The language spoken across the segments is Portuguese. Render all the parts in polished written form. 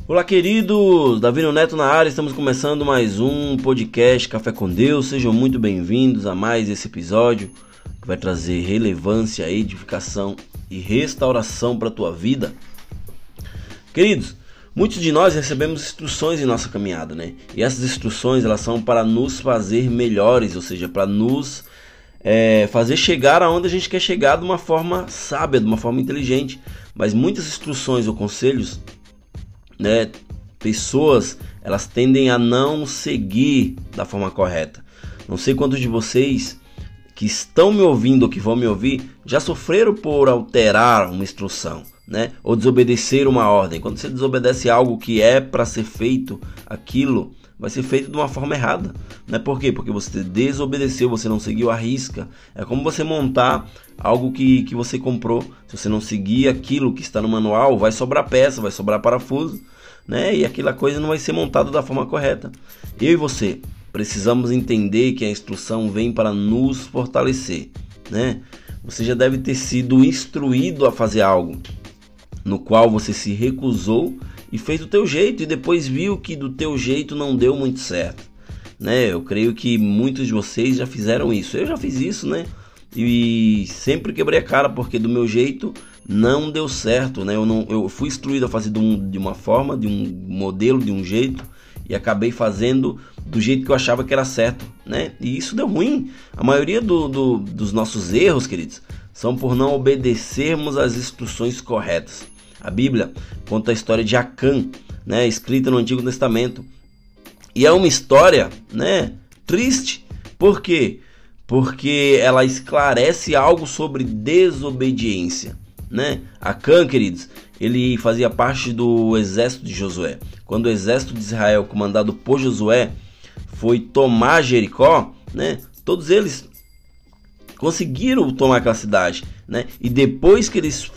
Olá, queridos! Davi Neto na área, estamos começando mais um podcast Café com Deus. Sejam muito bem-vindos a mais esse episódio que vai trazer relevância, edificação e restauração para a tua vida. Queridos, muitos de nós recebemos instruções em nossa caminhada, né? E essas instruções, elas são para nos fazer melhores, ou seja, para nos fazer chegar aonde a gente quer chegar de uma forma sábia, de uma forma inteligente. Mas muitas instruções ou conselhos, né, pessoas, elas tendem a não seguir da forma correta. Não sei quantos de vocês que estão me ouvindo ou que vão me ouvir já sofreram por alterar uma instrução, né, ou desobedecer uma ordem. Quando você desobedece algo que é para ser feito, aquilo vai ser feito de uma forma errada, né? Por quê? Porque você desobedeceu, você não seguiu a risca. É como você montar algo que você comprou. Se você não seguir aquilo que está no manual, vai sobrar peça, vai sobrar parafuso, né? E aquela coisa não vai ser montada da forma correta. Eu e você precisamos entender que a instrução vem para nos fortalecer, né? Você já deve ter sido instruído a fazer algo no qual você se recusou e fez do teu jeito, e depois viu que do teu jeito não deu muito certo, né? Eu creio que muitos de vocês já fizeram isso. Eu já fiz isso, né? E sempre quebrei a cara, porque do meu jeito não deu certo, né? Eu fui instruído a fazer de uma forma, de um modelo, de um jeito, e acabei fazendo do jeito que eu achava que era certo, né? E isso deu ruim. A maioria dos nossos erros, queridos, são por não obedecermos às instruções corretas. A Bíblia conta a história de Acã, né, escrita no Antigo Testamento. E é uma história, né, triste. Por quê? Porque ela esclarece algo sobre desobediência, né? Acã, queridos, ele fazia parte do exército de Josué. Quando o exército de Israel, comandado por Josué, foi tomar Jericó, né, todos eles conseguiram tomar aquela cidade, né? E depois que eles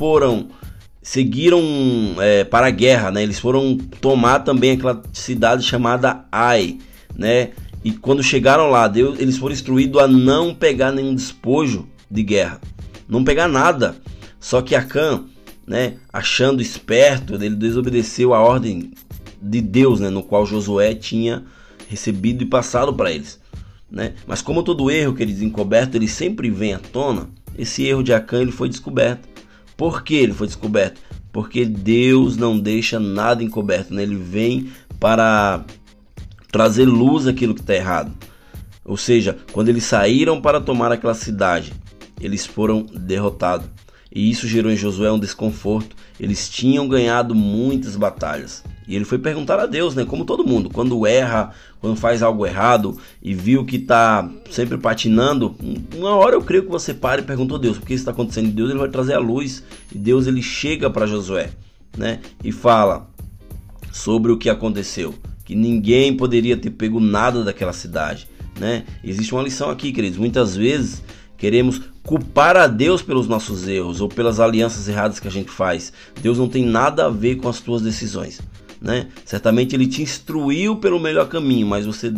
seguiram para a guerra, né? Eles foram tomar também aquela cidade chamada Ai, né? E quando chegaram lá, eles foram instruídos a não pegar nenhum despojo de guerra, não pegar nada. Só que Acã, né, achando esperto, ele desobedeceu a ordem de Deus, né, no qual Josué tinha recebido e passado para eles, né? Mas como todo erro, queridos, encoberto, ele sempre vem à tona. Esse erro de Acã, ele foi descoberto. Por que ele foi descoberto? Porque Deus não deixa nada encoberto, né? Ele vem para trazer luz àquilo que está errado. Ou seja, quando eles saíram para tomar aquela cidade, eles foram derrotados. E isso gerou em Josué um desconforto. Eles tinham ganhado muitas batalhas. E ele foi perguntar a Deus, né? Como todo mundo, quando erra, quando faz algo errado e viu que está sempre patinando, uma hora eu creio que você para e perguntou a Deus, por que isso está acontecendo? E Deus, ele vai trazer a luz. E Deus, ele chega para Josué, né, e fala sobre o que aconteceu, que ninguém poderia ter pego nada daquela cidade, né? Existe uma lição aqui, queridos. Muitas vezes queremos culpar a Deus pelos nossos erros ou pelas alianças erradas que a gente faz. Deus não tem nada a ver com as tuas decisões, né? Certamente ele te instruiu pelo melhor caminho, mas você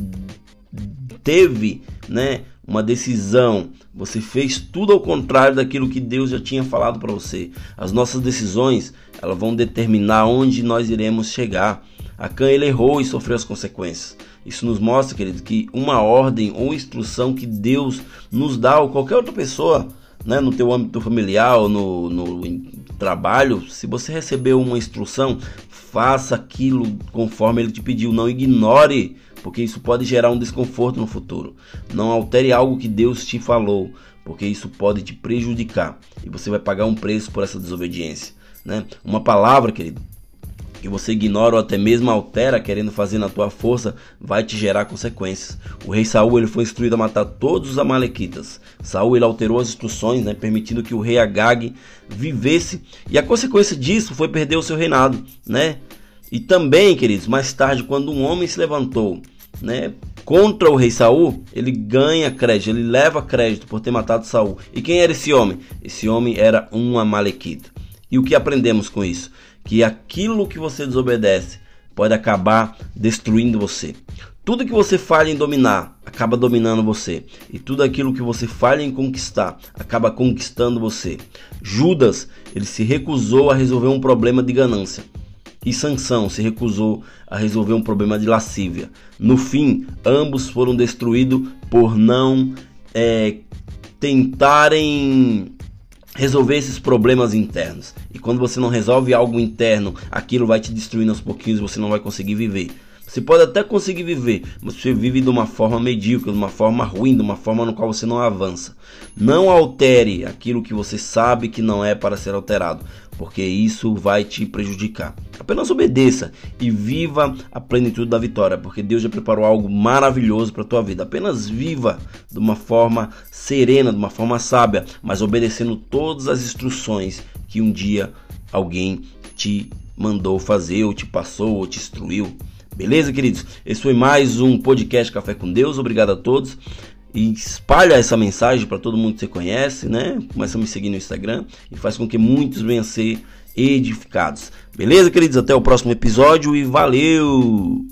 teve, né, uma decisão. Você fez tudo ao contrário daquilo que Deus já tinha falado para você. As nossas decisões, elas vão determinar onde nós iremos chegar. Acã, ele errou e sofreu as consequências. Isso nos mostra, querido, que uma ordem ou instrução que Deus nos dá, ou qualquer outra pessoa, né, no teu âmbito familiar ou no trabalho, se você recebeu uma instrução, faça aquilo conforme ele te pediu. Não ignore, porque isso pode gerar um desconforto no futuro. Não altere algo que Deus te falou, porque isso pode te prejudicar e você vai pagar um preço por essa desobediência, né? Uma palavra, querido, que você ignora ou até mesmo altera querendo fazer na tua força, vai te gerar consequências. O rei Saul, ele foi instruído a matar todos os amalequitas. Saul, ele alterou as instruções, né, permitindo que o rei Agag vivesse, e a consequência disso foi perder o seu reinado, né? E também, queridos, mais tarde, quando um homem se levantou, né, contra o rei Saul, ele ganha crédito, ele leva crédito por ter matado Saul. E quem era esse homem? Esse homem era um amalequita. E o que aprendemos com isso? Que aquilo que você desobedece pode acabar destruindo você. Tudo que você falha em dominar acaba dominando você, e tudo aquilo que você falha em conquistar acaba conquistando você. Judas, ele se recusou a resolver um problema de ganância. e Sansão se recusou a resolver um problema de lascívia. No fim, ambos foram destruídos por não tentarem resolver esses problemas internos. E quando você não resolve algo interno, aquilo vai te destruindo aos pouquinhos e você não vai conseguir viver. Você pode até conseguir viver, mas você vive de uma forma medíocre, de uma forma ruim, de uma forma no qual você não avança. Não altere aquilo que você sabe que não é para ser alterado, porque isso vai te prejudicar. Apenas obedeça e viva a plenitude da vitória, porque Deus já preparou algo maravilhoso para a tua vida. Apenas viva de uma forma serena, de uma forma sábia, mas obedecendo todas as instruções que um dia alguém te mandou fazer, ou te passou, ou te instruiu. Beleza, queridos? Esse foi mais um podcast Café com Deus. Obrigado a todos. E espalha essa mensagem para todo mundo que você conhece, né? Começa a me seguir no Instagram e faz com que muitos venham a ser edificados. Beleza, queridos? Até o próximo episódio e valeu!